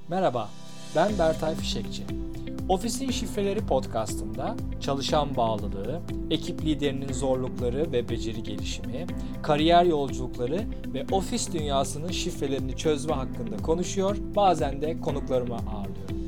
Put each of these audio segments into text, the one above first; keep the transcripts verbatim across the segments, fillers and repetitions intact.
Merhaba, ben Bertay Fişekçi. Ofisin Şifreleri podcastında çalışan bağlılığı, ekip liderinin zorlukları ve beceri gelişimi, kariyer yolculukları ve ofis dünyasının şifrelerini çözme hakkında konuşuyor, bazen de konuklarımı ağırlıyorum.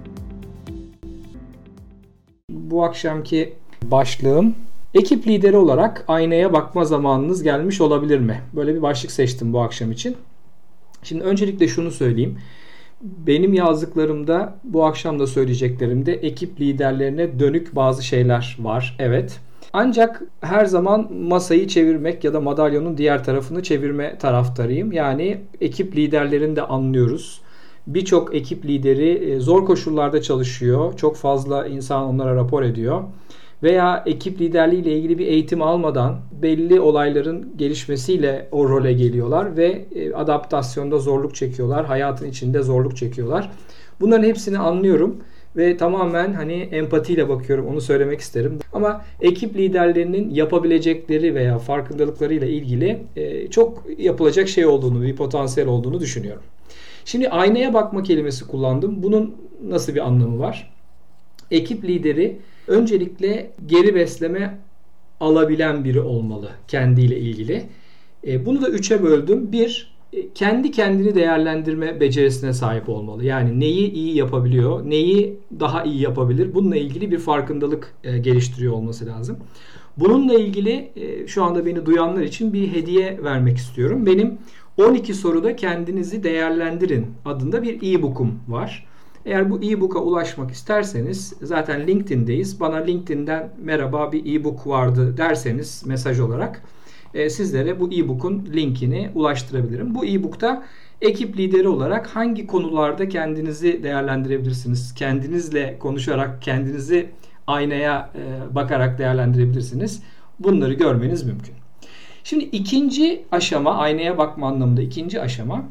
Bu akşamki başlığım, ekip lideri olarak aynaya bakma zamanınız gelmiş olabilir mi? Böyle bir başlık seçtim bu akşam için. Şimdi öncelikle şunu söyleyeyim. Benim yazdıklarımda, bu akşam da söyleyeceklerimde ekip liderlerine dönük bazı şeyler var. Evet. Ancak her zaman masayı çevirmek ya da madalyonun diğer tarafını çevirme taraftarıyım. Yani ekip liderlerini de anlıyoruz. Birçok ekip lideri zor koşullarda çalışıyor. Çok fazla insan onlara rapor ediyor. Veya ekip liderliği ile ilgili bir eğitim almadan belli olayların gelişmesiyle o role geliyorlar ve adaptasyonda zorluk çekiyorlar, hayatın içinde zorluk çekiyorlar. Bunların hepsini anlıyorum ve tamamen hani empatiyle bakıyorum, onu söylemek isterim. Ama ekip liderlerinin yapabilecekleri veya farkındalıklarıyla ilgili çok yapılacak şey olduğunu, bir potansiyel olduğunu düşünüyorum. Şimdi aynaya bakma kelimesi kullandım. Bunun nasıl bir anlamı var? Ekip lideri öncelikle geri besleme alabilen biri olmalı kendiyle ilgili. Bunu da üçe böldüm. Bir, kendi kendini değerlendirme becerisine sahip olmalı. Yani neyi iyi yapabiliyor, neyi daha iyi yapabilir, bununla ilgili bir farkındalık geliştiriyor olması lazım. Bununla ilgili şu anda beni duyanlar için bir hediye vermek istiyorum. Benim on iki soruda kendinizi değerlendirin adında bir e-book'um var. Eğer bu e-book'a ulaşmak isterseniz, zaten LinkedIn'deyiz. Bana LinkedIn'den merhaba bir e-book vardı derseniz mesaj olarak e, sizlere bu e-book'un linkini ulaştırabilirim. Bu e-book'ta ekip lideri olarak hangi konularda kendinizi değerlendirebilirsiniz? Kendinizle konuşarak, kendinizi aynaya e, bakarak değerlendirebilirsiniz. Bunları görmeniz mümkün. Şimdi ikinci aşama, aynaya bakma anlamında ikinci aşama,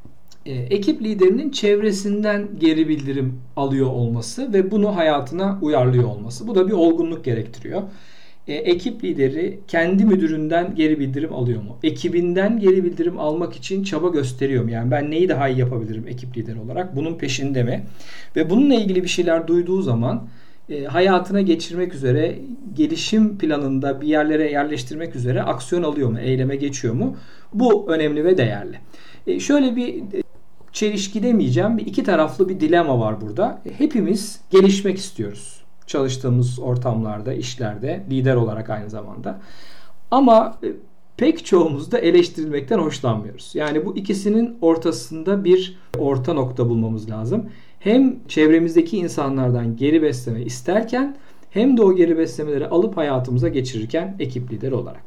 ekip liderinin çevresinden geri bildirim alıyor olması ve bunu hayatına uyarlıyor olması. Bu da bir olgunluk gerektiriyor. E, ekip lideri kendi müdüründen geri bildirim alıyor mu? Ekibinden geri bildirim almak için çaba gösteriyor mu? Yani ben neyi daha iyi yapabilirim ekip lideri olarak? Bunun peşinde mi? Ve bununla ilgili bir şeyler duyduğu zaman e, hayatına geçirmek üzere, gelişim planında bir yerlere yerleştirmek üzere aksiyon alıyor mu? Eyleme geçiyor mu? Bu önemli ve değerli. E, şöyle bir çelişki demeyeceğim. Bir iki taraflı bir dilema var burada. Hepimiz gelişmek istiyoruz. Çalıştığımız ortamlarda, işlerde, lider olarak aynı zamanda. Ama pek çoğumuz da eleştirilmekten hoşlanmıyoruz. Yani bu ikisinin ortasında bir orta nokta bulmamız lazım. Hem çevremizdeki insanlardan geri besleme isterken hem de o geri beslemeleri alıp hayatımıza geçirirken ekip lideri olarak.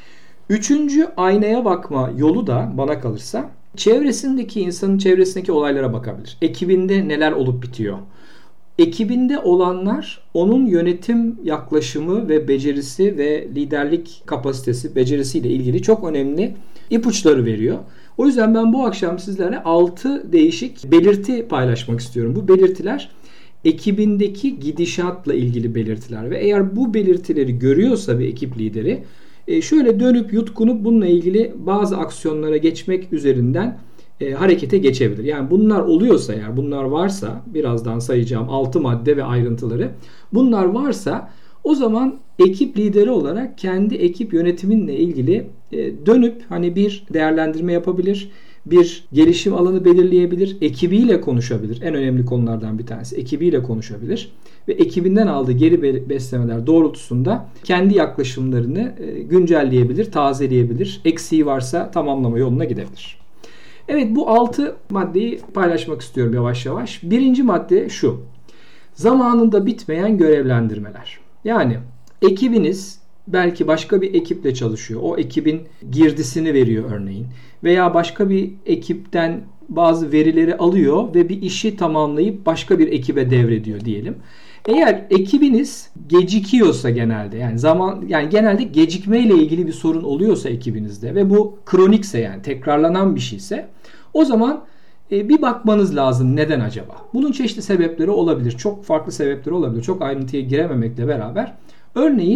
Üçüncü aynaya bakma yolu da bana kalırsa çevresindeki insanın çevresindeki olaylara bakabilir. Ekibinde neler olup bitiyor? Ekibinde olanlar onun yönetim yaklaşımı ve becerisi ve liderlik kapasitesi, becerisiyle ilgili çok önemli ipuçları veriyor. O yüzden ben bu akşam sizlerle altı değişik belirti paylaşmak istiyorum. Bu belirtiler ekibindeki gidişatla ilgili belirtiler ve eğer bu belirtileri görüyorsa bir ekip lideri şöyle dönüp yutkunup bununla ilgili bazı aksiyonlara geçmek üzerinden e, harekete geçebilir. Yani bunlar oluyorsa, eğer bunlar varsa, birazdan sayacağım altı madde ve ayrıntıları, bunlar varsa o zaman ekip lideri olarak kendi ekip yönetiminle ilgili e, dönüp hani bir değerlendirme yapabilir, bir gelişim alanı belirleyebilir, ekibiyle konuşabilir. En önemli konulardan bir tanesi ekibiyle konuşabilir ve ekibinden aldığı geri beslemeler doğrultusunda kendi yaklaşımlarını güncelleyebilir, tazeleyebilir. Eksiği varsa tamamlama yoluna gidebilir. Evet, bu altı maddeyi paylaşmak istiyorum yavaş yavaş. Birinci madde şu: zamanında bitmeyen görevlendirmeler. Yani ekibiniz belki başka bir ekiple çalışıyor. O ekibin girdisini veriyor örneğin. Veya başka bir ekipten bazı verileri alıyor ve bir işi tamamlayıp başka bir ekibe devrediyor diyelim. Eğer ekibiniz gecikiyorsa genelde, yani zaman yani genelde gecikmeyle ilgili bir sorun oluyorsa ekibinizde ve bu kronikse, yani tekrarlanan bir şeyse, o zaman e, bir bakmanız lazım, neden acaba? Bunun çeşitli sebepleri olabilir. Çok farklı sebepleri olabilir. Çok ayrıntıya girememekle beraber örneğin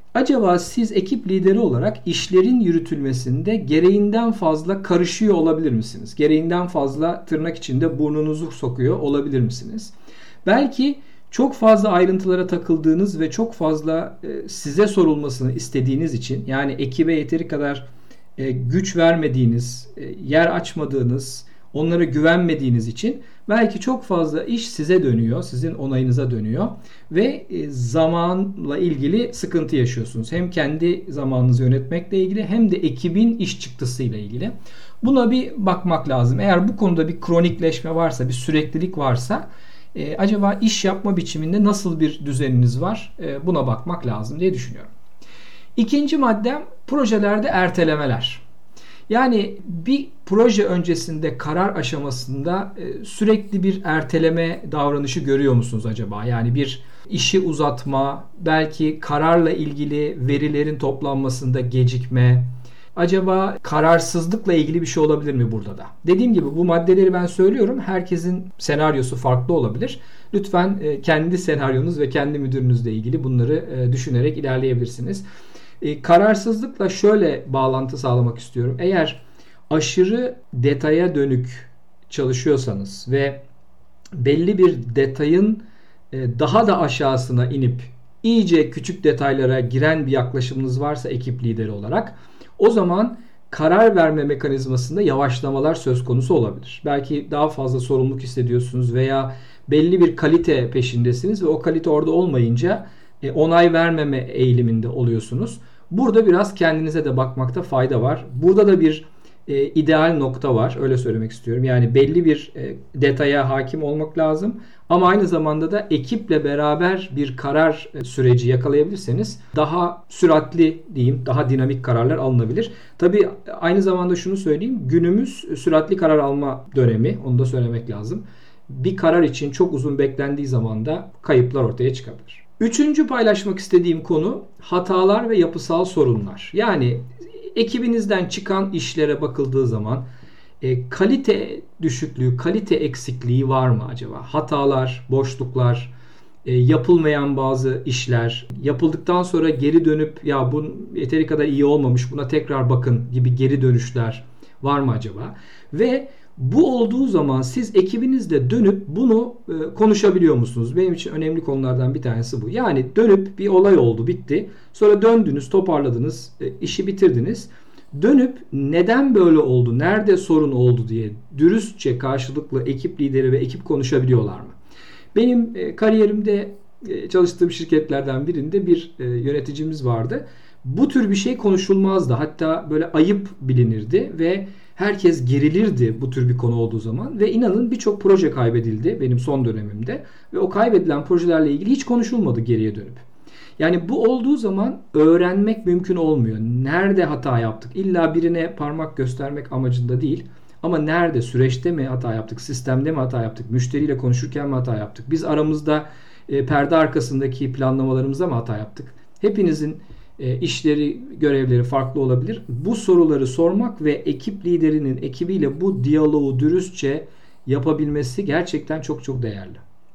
Acaba siz ekip lideri olarak işlerin yürütülmesinde gereğinden fazla karışıyor olabilir misiniz? Gereğinden fazla tırnak içinde burnunuzu sokuyor olabilir misiniz? Belki çok fazla ayrıntılara takıldığınız ve çok fazla size sorulmasını istediğiniz için, yani ekibe yeteri kadar güç vermediğiniz, yer açmadığınız, onlara güvenmediğiniz için belki çok fazla iş size dönüyor, sizin onayınıza dönüyor ve zamanla ilgili sıkıntı yaşıyorsunuz. Hem kendi zamanınızı yönetmekle ilgili hem de ekibin iş çıktısıyla ilgili. Buna bir bakmak lazım. Eğer bu konuda bir kronikleşme varsa, bir süreklilik varsa e, acaba iş yapma biçiminde nasıl bir düzeniniz var? E, buna bakmak lazım diye düşünüyorum. İkinci maddem projelerde ertelemeler. Yani bir proje öncesinde, karar aşamasında sürekli bir erteleme davranışı görüyor musunuz acaba? Yani bir işi uzatma, belki kararla ilgili verilerin toplanmasında gecikme, acaba kararsızlıkla ilgili bir şey olabilir mi burada da? Dediğim gibi bu maddeleri ben söylüyorum. Herkesin senaryosu farklı olabilir. Lütfen kendi senaryonuz ve kendi müdürünüzle ilgili bunları düşünerek ilerleyebilirsiniz. E, kararsızlıkla şöyle bağlantı sağlamak istiyorum. Eğer aşırı detaya dönük çalışıyorsanız ve belli bir detayın e, daha da aşağısına inip iyice küçük detaylara giren bir yaklaşımınız varsa ekip lideri olarak, o zaman karar verme mekanizmasında yavaşlamalar söz konusu olabilir. Belki daha fazla sorumluluk hissediyorsunuz veya belli bir kalite peşindesiniz ve o kalite orada olmayınca e, onay vermeme eğiliminde oluyorsunuz. Burada biraz kendinize de bakmakta fayda var. Burada da bir e, ideal nokta var. Öyle söylemek istiyorum. Yani belli bir e, detaya hakim olmak lazım. Ama aynı zamanda da ekiple beraber bir karar e, süreci yakalayabilirseniz daha süratli diyeyim, daha dinamik kararlar alınabilir. Tabii aynı zamanda şunu söyleyeyim. Günümüz süratli karar alma dönemi. Onu da söylemek lazım. Bir karar için çok uzun beklendiği zaman da kayıplar ortaya çıkabilir. Üçüncü paylaşmak istediğim konu hatalar ve yapısal sorunlar. Yani ekibinizden çıkan işlere bakıldığı zaman e, kalite düşüklüğü, kalite eksikliği var mı acaba? Hatalar, boşluklar, e, yapılmayan bazı işler, yapıldıktan sonra geri dönüp ya bu yeteri kadar iyi olmamış, buna tekrar bakın gibi geri dönüşler var mı acaba? Ve bu olduğu zaman siz ekibinizle dönüp bunu e, konuşabiliyor musunuz? Benim için önemli konulardan bir tanesi bu. Yani dönüp bir olay oldu, bitti. Sonra döndünüz, toparladınız, e, işi bitirdiniz. Dönüp neden böyle oldu, nerede sorun oldu diye dürüstçe karşılıklı ekip lideri ve ekip konuşabiliyorlar mı? Benim e, kariyerimde e, çalıştığım şirketlerden birinde bir e, yöneticimiz vardı. Bu tür bir şey konuşulmazdı. Hatta böyle ayıp bilinirdi ve herkes gerilirdi bu tür bir konu olduğu zaman ve inanın birçok proje kaybedildi benim son dönemimde ve o kaybedilen projelerle ilgili hiç konuşulmadı geriye dönüp. Yani bu olduğu zaman öğrenmek mümkün olmuyor. Nerede hata yaptık? İlla birine parmak göstermek amacında değil. Ama nerede? Süreçte mi hata yaptık? Sistemde mi hata yaptık? Müşteriyle konuşurken mi hata yaptık? Biz aramızda e, perde arkasındaki planlamalarımızda mı hata yaptık? Hepinizin e, işleri, görevleri farklı olabilir. Bu soruları sormak ve ekip liderinin ekibiyle bu diyaloğu dürüstçe yapabilmesi gerçekten çok çok değerli.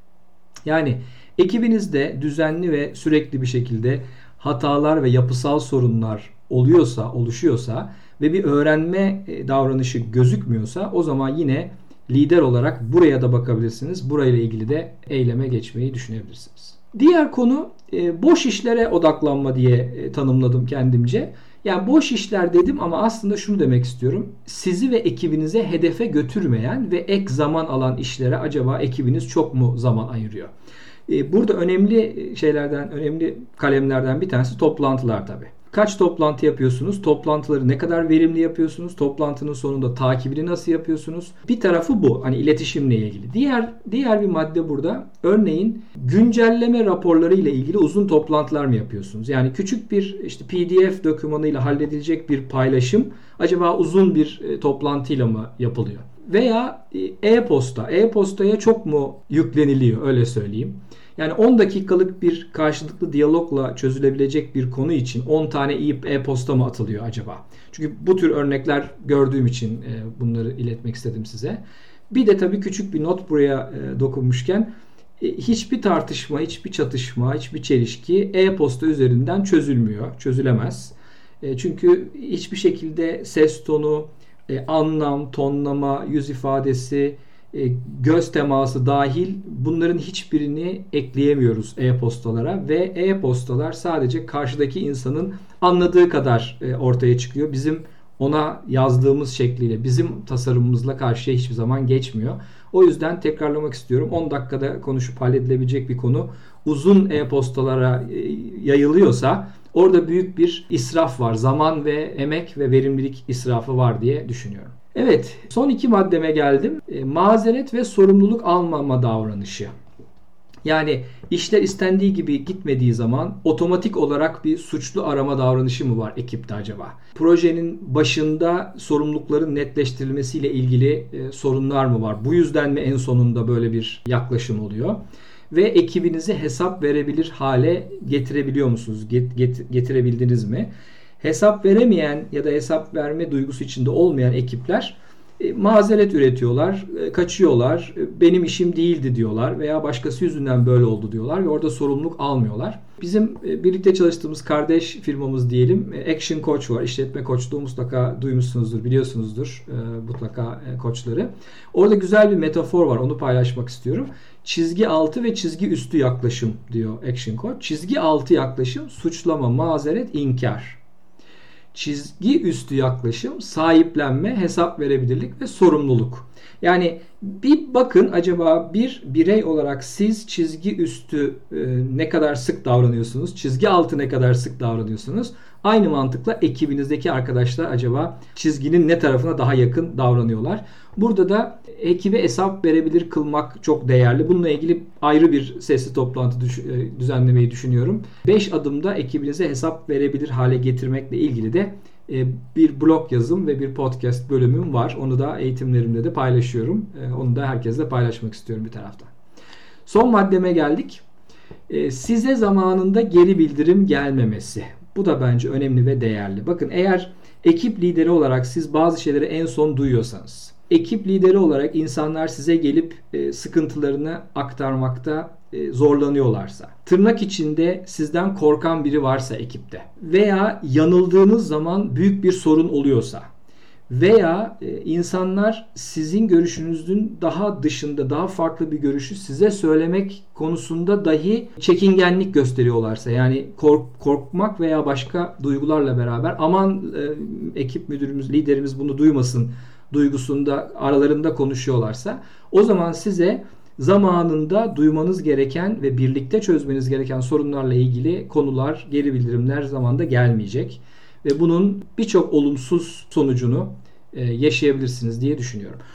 Yani ekibinizde düzenli ve sürekli bir şekilde hatalar ve yapısal sorunlar oluyorsa, oluşuyorsa ve bir öğrenme davranışı gözükmüyorsa o zaman yine lider olarak buraya da bakabilirsiniz. Burayla ilgili de eyleme geçmeyi düşünebilirsiniz. Diğer konu boş işlere odaklanma diye tanımladım kendimce. Yani boş işler dedim ama aslında şunu demek istiyorum. Sizi ve ekibinize hedefe götürmeyen ve ek zaman alan işlere acaba ekibiniz çok mu zaman ayırıyor? Burada önemli şeylerden, önemli kalemlerden bir tanesi toplantılar tabii. Kaç toplantı yapıyorsunuz? Toplantıları ne kadar verimli yapıyorsunuz? Toplantının sonunda takibini nasıl yapıyorsunuz? Bir tarafı bu. Hani iletişimle ilgili. Diğer diğer bir madde burada. Örneğin güncelleme raporları ile ilgili uzun toplantılar mı yapıyorsunuz? Yani küçük bir işte P D F dokümanıyla halledilecek bir paylaşım acaba uzun bir toplantıyla mı yapılıyor? Veya e-posta. E-postaya çok mu yükleniliyor? Öyle söyleyeyim. Yani on dakikalık bir karşılıklı diyalogla çözülebilecek bir konu için on tane e-posta mı atılıyor acaba? Çünkü bu tür örnekler gördüğüm için bunları iletmek istedim size. Bir de tabii küçük bir not buraya dokunmuşken hiçbir tartışma, hiçbir çatışma, hiçbir çelişki e-posta üzerinden çözülmüyor, çözülemez. Çünkü hiçbir şekilde ses tonu, anlam, tonlama, yüz ifadesi, göz teması dahil bunların hiçbirini ekleyemiyoruz e-postalara ve e-postalar sadece karşıdaki insanın anladığı kadar ortaya çıkıyor. Bizim ona yazdığımız şekliyle, bizim tasarımımızla karşıya hiçbir zaman geçmiyor. O yüzden tekrarlamak istiyorum. on dakikada konuşup halledilebilecek bir konu uzun e-postalara yayılıyorsa orada büyük bir israf var. Zaman ve emek ve verimlilik israfı var diye düşünüyorum. Evet, son iki maddeme geldim. E, mazeret ve sorumluluk almama davranışı. Yani işler istendiği gibi gitmediği zaman otomatik olarak bir suçlu arama davranışı mı var ekipte acaba? Projenin başında sorumlulukların netleştirilmesiyle ilgili e, sorunlar mı var? Bu yüzden mi en sonunda böyle bir yaklaşım oluyor? Ve ekibinizi hesap verebilir hale getirebiliyor musunuz? Get, get, getirebildiniz mi? Hesap veremeyen ya da hesap verme duygusu içinde olmayan ekipler e, mazeret üretiyorlar, e, kaçıyorlar, e, benim işim değildi diyorlar veya başkası yüzünden böyle oldu diyorlar ve orada sorumluluk almıyorlar. Bizim e, birlikte çalıştığımız kardeş firmamız diyelim, e, Action Coach var, işletme koçluğu mutlaka duymuşsunuzdur, biliyorsunuzdur e, mutlaka e, koçları. Orada güzel bir metafor var, onu paylaşmak istiyorum. Çizgi altı ve çizgi üstü yaklaşım diyor Action Coach. Çizgi altı yaklaşım suçlama, mazeret, inkar. Çizgi üstü yaklaşım sahiplenme, hesap verebilirlik ve sorumluluk. Yani bir bakın acaba bir birey olarak siz çizgi üstü e, ne kadar sık davranıyorsunuz? Çizgi altı ne kadar sık davranıyorsunuz? Aynı mantıkla ekibinizdeki arkadaşlar acaba çizginin ne tarafına daha yakın davranıyorlar? Burada da ekibe hesap verebilir kılmak çok değerli. Bununla ilgili ayrı bir sesli toplantı düzenlemeyi düşünüyorum. beş adımda ekibinize hesap verebilir hale getirmekle ilgili de bir blog yazım ve bir podcast bölümüm var. Onu da eğitimlerimde de paylaşıyorum. Onu da herkesle paylaşmak istiyorum bir taraftan. Son maddeme geldik. Size zamanında geri bildirim gelmemesi. Bu da bence önemli ve değerli. Bakın eğer ekip lideri olarak siz bazı şeyleri en son duyuyorsanız, ekip lideri olarak insanlar size gelip e, sıkıntılarını aktarmakta e, zorlanıyorlarsa, tırnak içinde sizden korkan biri varsa ekipte veya yanıldığınız zaman büyük bir sorun oluyorsa veya e, insanlar sizin görüşünüzün daha dışında daha farklı bir görüşü size söylemek konusunda dahi çekingenlik gösteriyorlarsa, yani kork, korkmak veya başka duygularla beraber aman e, ekip müdürümüz, liderimiz bunu duymasın duygusunda aralarında konuşuyorlarsa, o zaman size zamanında duymanız gereken ve birlikte çözmeniz gereken sorunlarla ilgili konular, geri bildirimler zamanında gelmeyecek ve bunun birçok olumsuz sonucunu yaşayabilirsiniz diye düşünüyorum.